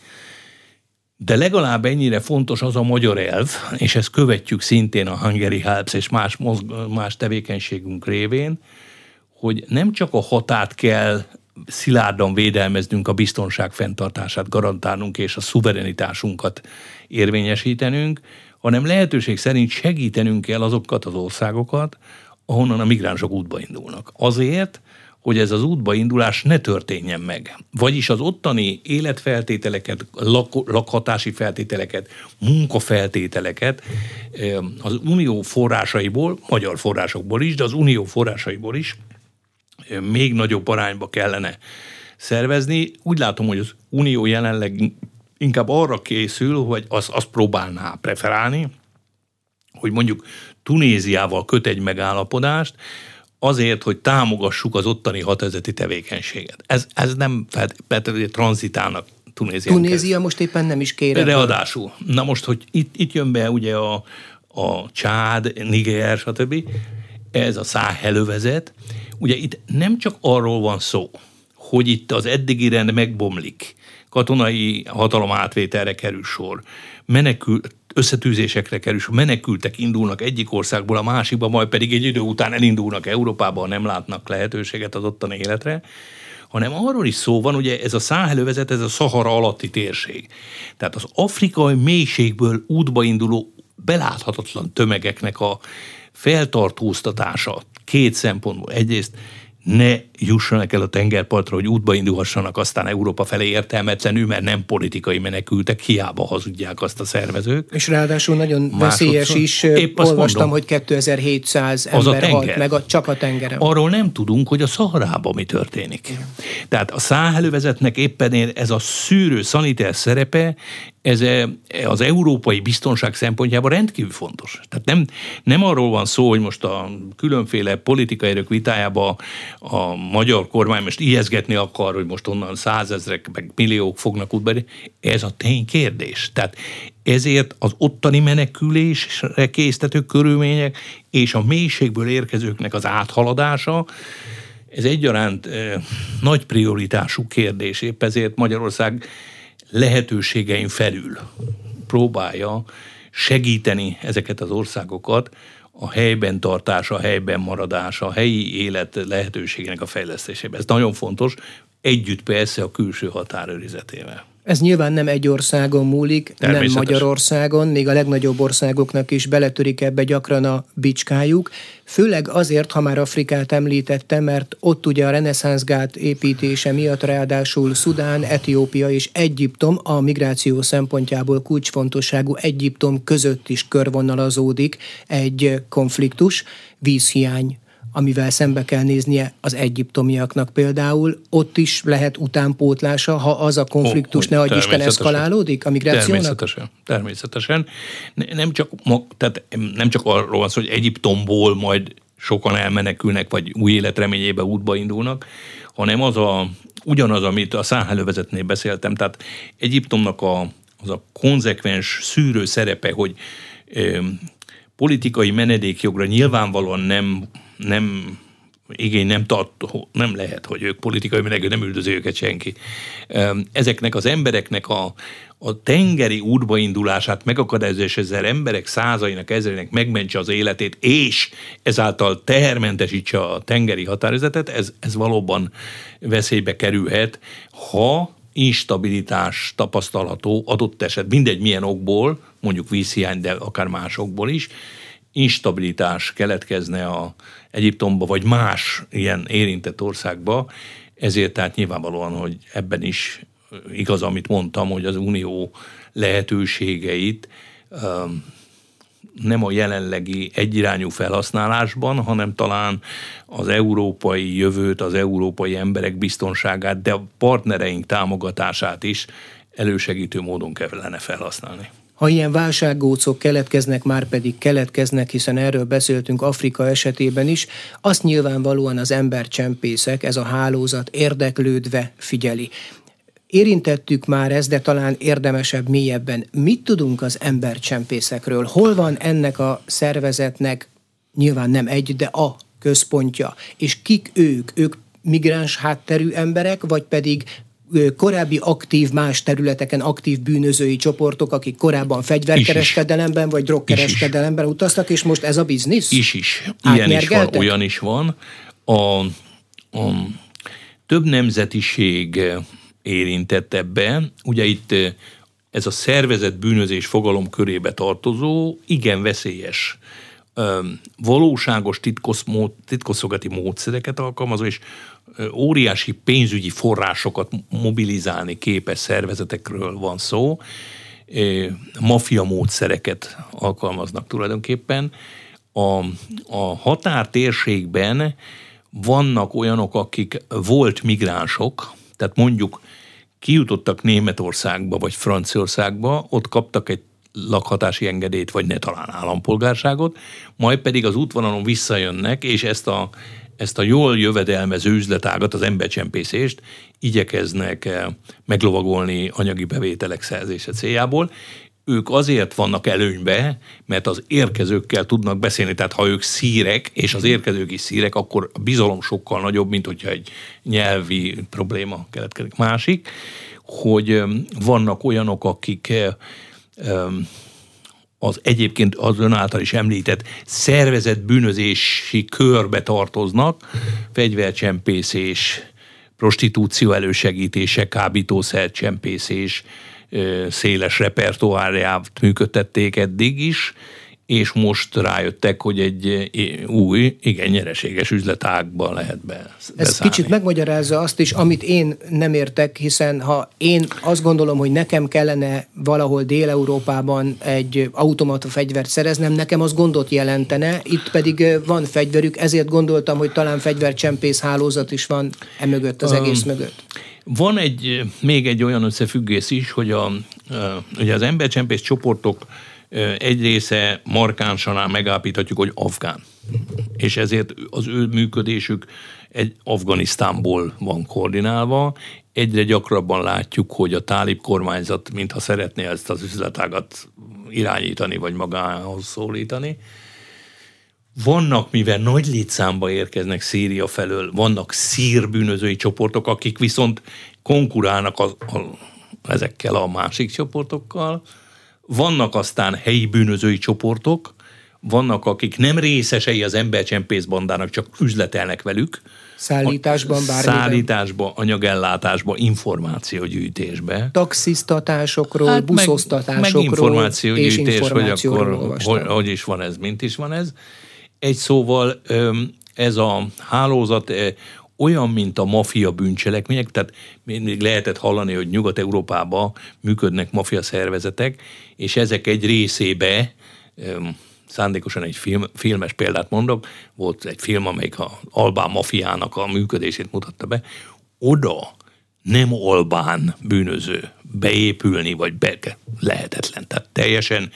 de legalább ennyire fontos az a magyar elv, és ezt követjük szintén a Hungary Helps és más tevékenységünk révén, hogy nem csak a határt kell szilárdan védelmeznünk, a biztonság fenntartását garantálnunk és a szuverenitásunkat érvényesítenünk, hanem lehetőség szerint segítenünk kell azokat az országokat, ahonnan a migránsok útba indulnak. Azért, hogy ez az útbaindulás ne történjen meg. Vagyis az ottani életfeltételeket, lakhatási feltételeket, munkafeltételeket az unió forrásaiból, magyar forrásokból is, de az unió forrásaiból is még nagyobb arányba kellene szervezni. Úgy látom, hogy az unió jelenleg inkább arra készül, hogy azt próbálná preferálni, hogy mondjuk Tunéziával köt egy megállapodást, azért, hogy támogassuk az ottani hadvezeti tevékenységet. Ez nem feltétlenül tranzitálnak Tunézián. Tunézia most éppen nem is kér. Ráadásul. Na most, hogy itt jön be ugye a Csád, Niger, stb. Ez a Száhelövezet. Ugye itt nem csak arról van szó, hogy itt az eddigi rend megbomlik, katonai hatalom átvételre kerül sor, összetűzésekre kerül sor, menekültek indulnak egyik országból a másikba, majd pedig egy idő után elindulnak Európába, nem látnak lehetőséget az ottani életre, hanem arról is szó van, ugye ez a Száhelövezet, ez a Szahara alatti térség. Tehát az afrikai mélységből útba induló beláthatatlan tömegeknek a feltartóztatása két szempontból. Egyrészt ne jussanak el a tengerpartra, hogy útba indulhassanak aztán Európa felé értelmetlenül, mert nem politikai menekültek, hiába hazudják azt a szervezők. És ráadásul nagyon veszélyes is. Olvastam, hogy 2700 ember halt meg csak a tengeren. Arról nem tudunk, hogy a Szaharában mi történik. Igen. Tehát a Száhelövezetnek éppen ez a szűrő szaniter szerepe, ez az európai biztonság szempontjából rendkívül fontos. Tehát nem arról van szó, hogy most a különféle politikai erők vitájában a magyar kormány most ijeszgetni akar, hogy most onnan 100 000 meg milliók fognak útba. Ez a ténykérdés. Tehát ezért az ottani menekülésre késztető körülmények és a mélységből érkezőknek az áthaladása, ez egyaránt nagy prioritású kérdés. Épp ezért Magyarország lehetőségein felül próbálja segíteni ezeket az országokat a helyben tartása, a helyben maradása, a helyi élet lehetőségének a fejlesztésében. Ez nagyon fontos, együtt persze a külső határőrizetével. Ez nyilván nem egy országon múlik, nem Magyarországon, még a legnagyobb országoknak is beletörik ebbe gyakran a bicskájuk, főleg azért, ha már Afrikát említette, mert ott ugye a reneszánszgát építése miatt ráadásul Szudán, Etiópia és Egyiptom a migráció szempontjából kulcsfontosságú Egyiptom között is körvonalazódik egy konfliktus, vízhiány, amivel szembe kell néznie az egyiptomiaknak például, ott is lehet utánpótlása, ha az a konfliktus, ne adj Isten, eszkalálódik a migrációnak? Természetesen. Nem csak arról van szó, hogy Egyiptomból majd sokan elmenekülnek, vagy új életreményébe útba indulnak, hanem ugyanaz, amit a Száhelövezetnél beszéltem, tehát Egyiptomnak az a konzekvens szűrő szerepe, hogy politikai menedékjogra nyilvánvalóan nem igény nem lehet, hogy ők politikai menekült, nem üldözi őket senki. Ezeknek az embereknek a tengeri útba indulását megakadályozza, és ezzel emberek százainak, ezreinek megmentse az életét, és ezáltal tehermentesítse a tengeri határőrzetet, ez valóban veszélybe kerülhet, ha instabilitás tapasztalható adott eset, mindegy milyen okból, mondjuk vízhiány, de akár más okból is, instabilitás keletkezne a Egyiptomba, vagy más ilyen érintett országba, ezért tehát nyilvánvalóan, hogy ebben is igaz, amit mondtam, hogy az unió lehetőségeit nem a jelenlegi egyirányú felhasználásban, hanem talán az európai jövőt, az európai emberek biztonságát, de a partnereink támogatását is elősegítő módon kellene felhasználni. Ha ilyen válsággócok keletkeznek, már pedig keletkeznek, hiszen erről beszéltünk Afrika esetében is, azt nyilvánvalóan az embercsempészek, ez a hálózat érdeklődve figyeli. Érintettük már ezt, de talán érdemesebb, mélyebben. Mit tudunk az embercsempészekről? Hol van ennek a szervezetnek, nyilván nem egy, de a központja? És kik ők? Ők migráns hátterű emberek, vagy pedig korábbi aktív, más területeken aktív bűnözői csoportok, akik korábban fegyverkereskedelemben vagy drogkereskedelemben utaztak, és most ez a biznisz? Is. Ilyen is van, olyan is van. A több nemzetiség érintett ebben. Ugye itt ez a szervezett bűnözés fogalom körébe tartozó, igen veszélyes, valóságos titkosszolgálati módszereket alkalmazó, és óriási pénzügyi forrásokat mobilizálni képes szervezetekről van szó. Maffia módszereket alkalmaznak tulajdonképpen. A határtérségben vannak olyanok, akik volt migránsok, tehát mondjuk kijutottak Németországba vagy Franciaországba, ott kaptak egy lakhatási engedélyt, vagy ne talán állampolgárságot, majd pedig az útvonalon visszajönnek, és ezt a jól jövedelmező üzletágat, az embercsempészést igyekeznek meglovagolni anyagi bevételek szerzése céljából. Ők azért vannak előnybe, mert az érkezőkkel tudnak beszélni, tehát ha ők szírek, és az érkezők is szírek, akkor a bizalom sokkal nagyobb, mint hogyha egy nyelvi probléma keletkezik. Másik, hogy vannak olyanok, akik az egyébként az ön által is említett szervezett bűnözési körbe tartoznak, fegyvercsempészés, prostitúció elősegítése, kábítószercsempészés, széles repertoárját működtették eddig is, és most rájöttek, hogy egy új, igen nyereséges üzletágban lehet beszállni. Ez kicsit megmagyarázza azt is, amit én nem értek, hiszen ha én azt gondolom, hogy nekem kellene valahol Dél-Európában egy automata fegyvert szereznem, nekem az gondot jelentene, itt pedig van fegyverük, ezért gondoltam, hogy talán fegyvercsempész hálózat is van emögött, az egész mögött. Van még egy olyan összefüggés is, hogy ugye az embercsempész csoportok egy része markánsan megállapíthatjuk, hogy afgán. És ezért az ő működésük Afganisztánból van koordinálva. Egyre gyakrabban látjuk, hogy a tálib kormányzat mintha szeretné ezt az üzletágat irányítani, vagy magához szólítani. Vannak, mivel nagy létszámba érkeznek Szíria felől, vannak szír bűnözői csoportok, akik viszont konkurálnak ezekkel a másik csoportokkal. Vannak aztán helyi bűnözői csoportok, vannak, akik nem részesei az embercsempész bandának, csak üzletelnek velük. Szállításban, bármiben. Szállításban, anyagellátásban, információgyűjtésben. Taxisztatásokról, buszoztatásokról meg információgyűjtés, hogy akkor hogy is van ez, mint is van ez. Egy szóval ez a hálózat olyan, mint a maffia bűncselekmények, tehát még lehetett hallani, hogy Nyugat-Európában működnek maffia szervezetek, és ezek egy részébe, szándékosan egy filmes példát mondok, volt egy film, amelyik az albán mafiának a működését mutatta be, oda nem albán bűnöző beépülni, vagy lehetetlen. Tehát teljesen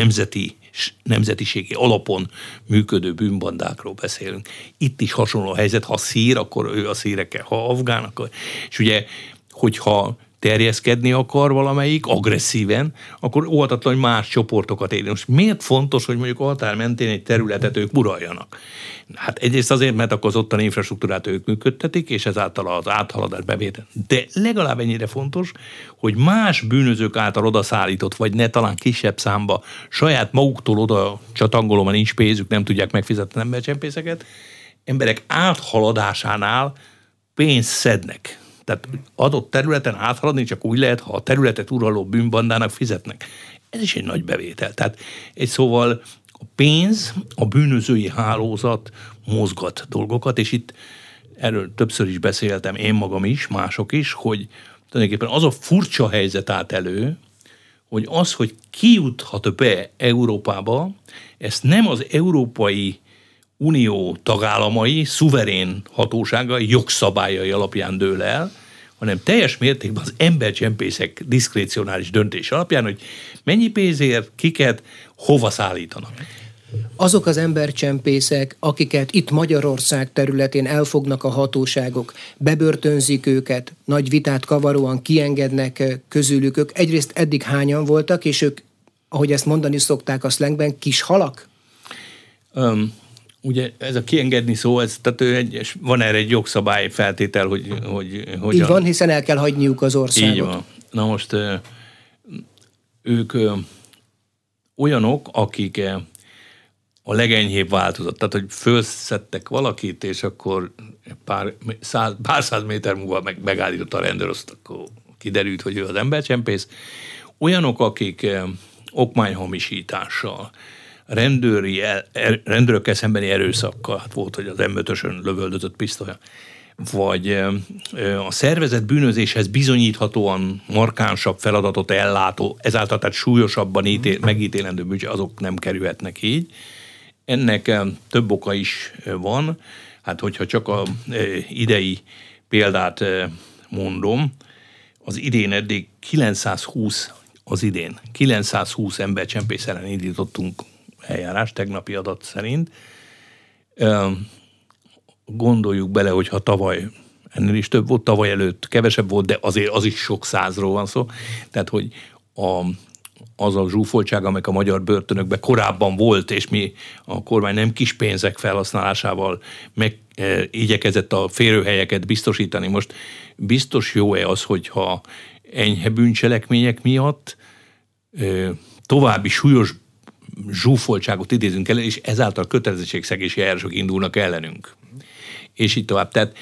nemzetiségi alapon működő bűnbandákról beszélünk. Itt is hasonló a helyzet, ha szír, akkor ő a szírekkel, ha afgán, akkor... És ugye, hogyha terjeszkedni akar valamelyik, agresszíven, akkor óhatatlan, hogy más csoportokat érni. Most miért fontos, hogy mondjuk a határ mentén egy területet ők uraljanak? Hát egyrészt azért, mert akkor az ottani infrastruktúrát ők működtetik, és ezáltal az áthaladás bevétel. De legalább ennyire fontos, hogy más bűnözők által odaszállított, vagy ne talán kisebb számba saját maguktól oda csatangoló, mert nincs pénzük, nem tudják megfizetni embercsempészeket, emberek áthaladásánál pénzt szednek. Tehát adott területen áthaladni csak úgy lehet, ha a területet uraló bűnbandának fizetnek. Ez is egy nagy bevétel. Tehát egy szóval a pénz, a bűnözői hálózat mozgat dolgokat, és itt erről többször is beszéltem, én magam is, mások is, hogy tulajdonképpen az a furcsa helyzet állt elő, hogy ki juthat be Európába, ezt nem az Európai Unió tagállamai, szuverén hatóságai, jogszabályai alapján dől el, hanem teljes mértékben az embercsempészek diszkrécionális döntés alapján, hogy mennyi pénzért, kiket, hova szállítanak. Azok az embercsempészek, akiket itt Magyarország területén elfognak a hatóságok, bebörtönzik őket, nagy vitát kavaróan kiengednek közülük, ők egyrészt eddig hányan voltak, és ők, ahogy ezt mondani szokták a szlengben, kis halak? Ugye ez a kiengedni szó, tehát van erre egy jogszabály feltétel, hogy így van, hiszen el kell hagyniuk az országot. Így van. Na most ők olyanok, akik a legenyhébb változat, tehát hogy fölszedtek valakit, és akkor pár száz méter múlva megállította a rendőr, azt akkor kiderült, hogy ő az embercsempész. Olyanok, akik okmányhamisítással, rendőrökkel szembeni erőszakkal, hát volt, hogy az M5-ösön lövöldözött pisztolya, vagy a szervezett bűnözéshez bizonyíthatóan markánsabb feladatot ellátó, ezáltal tehát súlyosabban megítélendő bűncselekmények, azok nem kerülhetnek így. Ennek több oka is van, hát hogyha csak az idei példát mondom, az idén eddig 920 embercsempész ellen indítottunk eljárás, tegnapi adat szerint. Gondoljuk bele, hogyha tavaly ennél is több volt, tavaly előtt kevesebb volt, de azért az is sok százról van szó. Tehát, hogy az a zsúfoltság, amelyik a magyar börtönökben korábban volt, és mi a kormány nem kis pénzek felhasználásával igyekezett a férőhelyeket biztosítani. Most biztos jó-e az, hogyha enyhe bűncselekmények miatt további súlyos zsúfoltságot idézünk el, és ezáltal kötelezettségszegési eljárások indulnak ellenünk. És így tovább. Tehát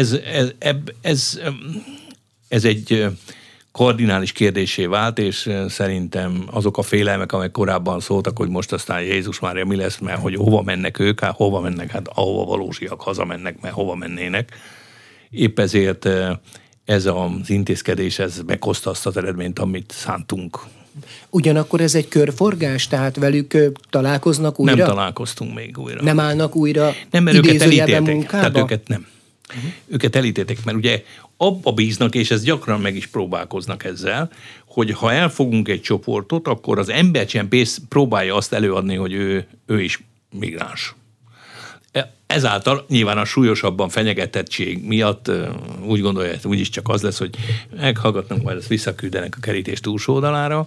ez egy kardinális kérdésé vált, és szerintem azok a félelmek, amelyek korábban szóltak, hogy most aztán Jézus Mária mi lesz, mert hogy hova mennek ők, hát hova mennek, hát ahova valósiak hazamennek, mert hova mennének. Épp ezért ez az intézkedés, ez meghozta azt az eredményt, amit szántunk. Ugyanakkor ez egy körforgás, tehát velük találkoznak újra? Nem találkoztunk még újra. Nem állnak újra nem, mert őket elítélték. munkába? Tehát őket nem. Őket elítélték, mert ugye abba bíznak, és ezt gyakran meg is próbálkoznak ezzel, hogy ha elfogunk egy csoportot, akkor az embercsempész próbálja azt előadni, hogy ő is migráns. Ezáltal nyilván a súlyosabban fenyegetettség miatt úgy gondolja, hogy úgyis csak az lesz, hogy meghallgatnak, majd ezt visszaküldenek a kerítés túlsó oldalára.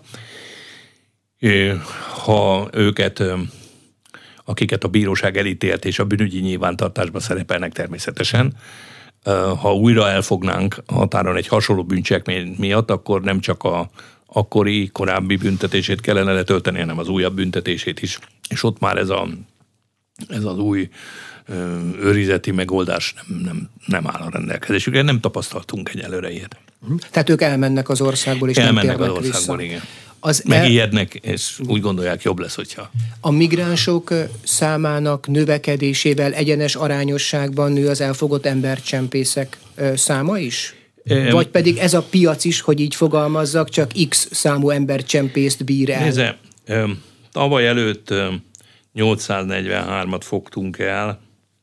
Ha őket, akiket a bíróság elítélt, és a bűnügyi nyilvántartásban szerepelnek természetesen, ha újra elfognánk határon egy hasonló bűncselekmény miatt, akkor nem csak a akkori, korábbi büntetését kellene letölteni, hanem az újabb büntetését is. És ott már ez az új őrizeti megoldás nem áll a rendelkezésükre. Nem tapasztaltunk egyelőre ilyet. Tehát ők elmennek az országból, és nem térnek az országból, vissza. Igen. Megijednek, és úgy gondolják, jobb lesz, hogyha... A migránsok számának növekedésével egyenes arányosságban nő az elfogott embercsempészek száma is? Vagy pedig ez a piac is, hogy így fogalmazzak, csak X számú embercsempészt bír el? Nézze, tavaly előtt 843-at fogtunk el,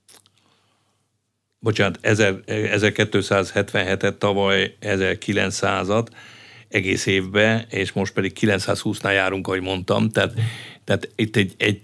1277-et, tavaly 1900-at egész évben, és most pedig 920-nál járunk, ahogy mondtam. Tehát itt egy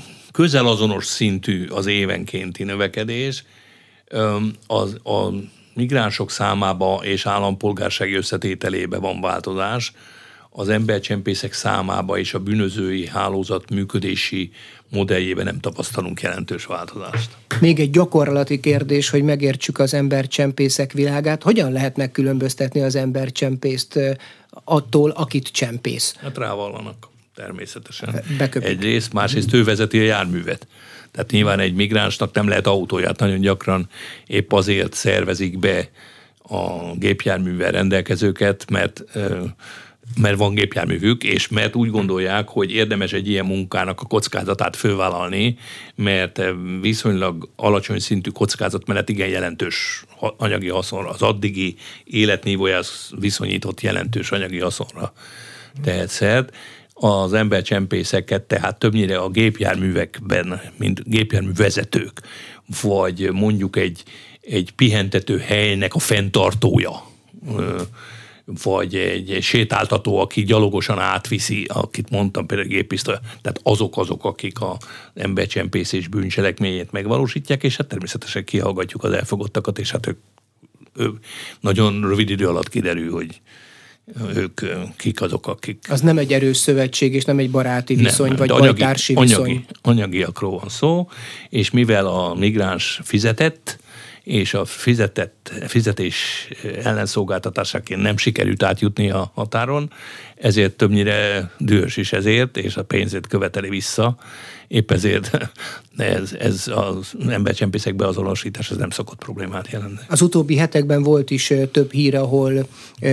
közel azonos szintű az évenkénti növekedés. A migránsok számába és állampolgársági összetételébe van változás, az embercsempészek számába és a bűnözői hálózat működési modelljében nem tapasztalunk jelentős változást. Még egy gyakorlati kérdés, hogy megértsük az embercsempészek világát. Hogyan lehet megkülönböztetni az embercsempészt attól, akit csempész? Hát rávallanak természetesen. Beköpik. Egyrészt, másrészt ő vezeti a járművet. Tehát nyilván egy migránsnak nem lehet autóját, nagyon gyakran épp azért szervezik be a gépjárművel rendelkezőket, mert van gépjárművük, és mert úgy gondolják, hogy érdemes egy ilyen munkának a kockázatát fölvállalni, mert viszonylag alacsony szintű kockázat mellett igen jelentős anyagi haszonra, az addigi életnívójához viszonyított jelentős anyagi haszonra tehet szert. Az embercsempészeket tehát többnyire a gépjárművekben, mint gépjárművezetők, vagy mondjuk egy pihentető helynek a fenntartója, vagy egy sétáltató, aki gyalogosan átviszi, akit mondtam például gépisztoly, tehát azok, akik az embercsempészés bűncselekményét megvalósítják, és hát természetesen kihallgatjuk az elfogottakat, és hát ők nagyon rövid idő alatt kiderül, hogy ők kik azok, akik... Az nem egy erős szövetség, és nem egy baráti viszony, vagy bajtársi viszony. Anyagiakról van szó, és mivel a migráns fizetett, és a fizetés ellenszolgáltatásaként nem sikerült átjutni a határon, ezért többnyire dühös is ezért, és a pénzét követeli vissza. Épp ezért ez az embercsempészek beazonosítás, ez nem szokott problémát jelenteni. Az utóbbi hetekben volt is több hír, ahol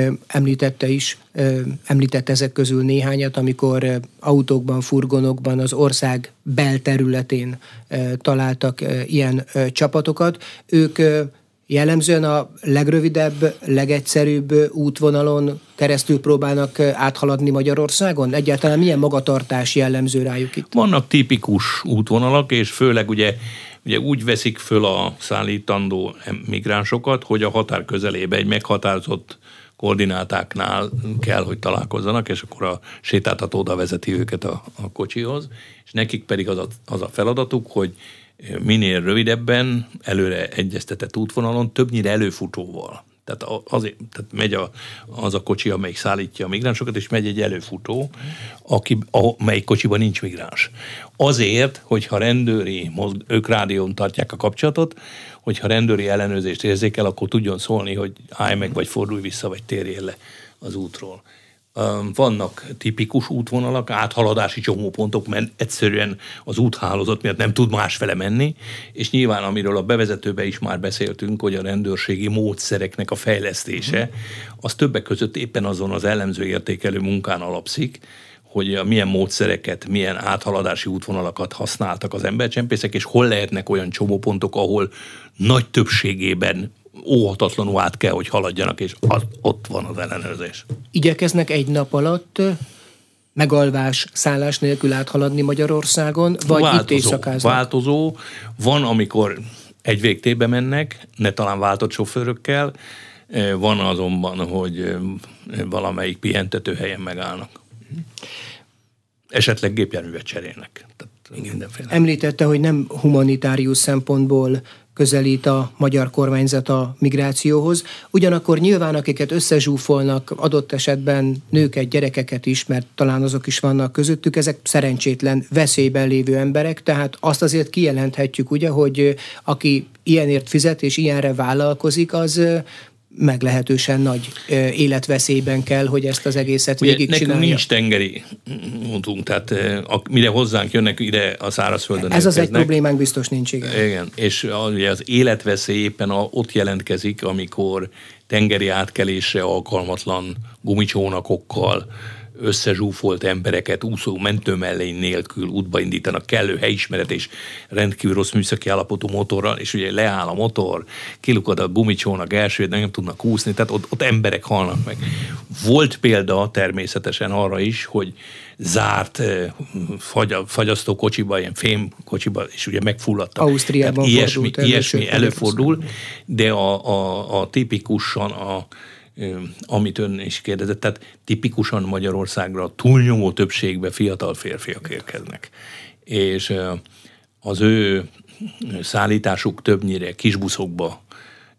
említett ezek közül néhányat, amikor autókban, furgonokban az ország belterületén találtak ilyen csapatokat. Ők jellemzően a legrövidebb, legegyszerűbb útvonalon keresztül próbálnak áthaladni Magyarországon? Egyáltalán milyen magatartás jellemző rájuk itt? Vannak tipikus útvonalak, és főleg ugye úgy veszik föl a szállítandó migránsokat, hogy a határ közelébe egy meghatározott koordinátáknál kell, hogy találkozzanak, és akkor a sétáltató oda vezeti őket a kocsihoz, és nekik pedig az a feladatuk, hogy minél rövidebben, előre egyeztetett útvonalon, többnyire előfutóval. Tehát megy az a kocsi, amelyik szállítja a migránsokat, és megy egy előfutó, melyik kocsiban nincs migráns. Azért, hogyha rendőri, ők rádión tartják a kapcsolatot, hogyha rendőri ellenőrzést érzékel, akkor tudjon szólni, hogy állj meg, vagy fordulj vissza, vagy térjél le az útról. Vannak tipikus útvonalak, áthaladási csomópontok, mert egyszerűen az úthálózat miatt nem tud másfele menni, és nyilván, amiről a bevezetőben is már beszéltünk, hogy a rendőrségi módszereknek a fejlesztése, az többek között éppen azon az elemző értékelő munkán alapszik, hogy milyen módszereket, milyen áthaladási útvonalakat használtak az embercsempészek, és hol lehetnek olyan csomópontok, ahol nagy többségében óhatatlanul át kell, hogy haladjanak, és ott van az ellenőrzés. Igyekeznek egy nap alatt megalvás, szállás nélkül áthaladni Magyarországon, vagy itt éjszakáznak? Változó. Van, amikor egy végtébe mennek, ne talán váltott sofőrökkel, van azonban, hogy valamelyik pihentető helyen megállnak. Esetleg gépjárművet cserélnek. Említette, hogy nem humanitárius szempontból közelít a magyar kormányzat a migrációhoz. Ugyanakkor nyilván, akiket összezsúfolnak, adott esetben nőket, gyerekeket is, mert talán azok is vannak közöttük, ezek szerencsétlen, veszélyben lévő emberek, tehát azt azért kijelenthetjük, ugye, hogy aki ilyenért fizet és ilyenre vállalkozik, az meglehetősen nagy életveszélyben kell, hogy ezt az egészet végigcsinálja. Nekünk nincs tengeri útunk, tehát mire hozzánk jönnek, ide a szárazföldön ez az egy problémánk biztos nincs, igen. Igen, és az életveszély éppen ott jelentkezik, amikor tengeri átkelésre alkalmatlan gumicsónakokkal összezsúfolt embereket úszó mentőmellény nélkül útba indítanak kellő helyismeret és rendkívül rossz műszaki állapotú motorral, és ugye leáll a motor, kilukad a gumicsónak első, nem tudnak úszni, tehát ott emberek halnak meg. Volt példa természetesen arra is, hogy zárt fagyasztó kocsiba, ilyen fém kocsiba, és ugye megfulladtak. Ausztriában ilyesmi előfordul, de a tipikusan amit ön is kérdezett, tehát tipikusan Magyarországra túlnyomó többségben fiatal férfiak érkeznek. És az ő szállításuk többnyire kisbuszokba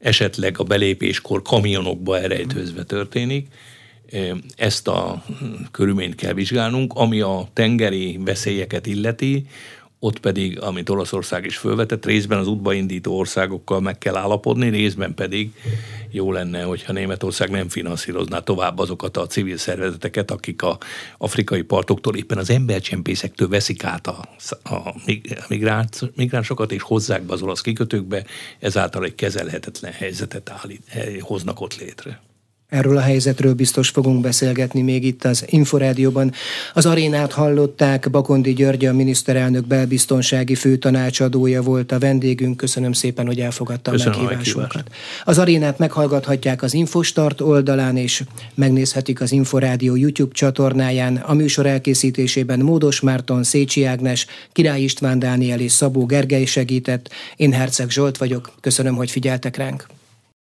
esetleg a belépéskor kamionokba elrejtőzve történik. Ezt a körülményt kell vizsgálnunk, ami a tengeri veszélyeket illeti, ott pedig, amit Olaszország is felvetett, részben az útba indító országokkal meg kell állapodni, részben pedig jó lenne, hogyha Németország nem finanszírozná tovább azokat a civil szervezeteket, akik az afrikai partoktól, éppen az embercsempészektől veszik át a migránsokat, és hozzák be az olasz kikötőkbe, ezáltal egy kezelhetetlen helyzetet hoznak ott létre. Erről a helyzetről biztos fogunk beszélgetni még itt az Inforádióban. Az arénát hallották, Bakondi György, a miniszterelnök belbiztonsági főtanácsadója volt a vendégünk. Köszönöm szépen, hogy elfogadta a meghívásunkat. Az arénát meghallgathatják az Infostart oldalán, és megnézhetik az Inforádió YouTube csatornáján. A műsor elkészítésében Módos Márton, Szécsi Ágnes, Király István Dániel és Szabó Gergely segített. Én Herceg Zsolt vagyok. Köszönöm, hogy figyeltek ránk.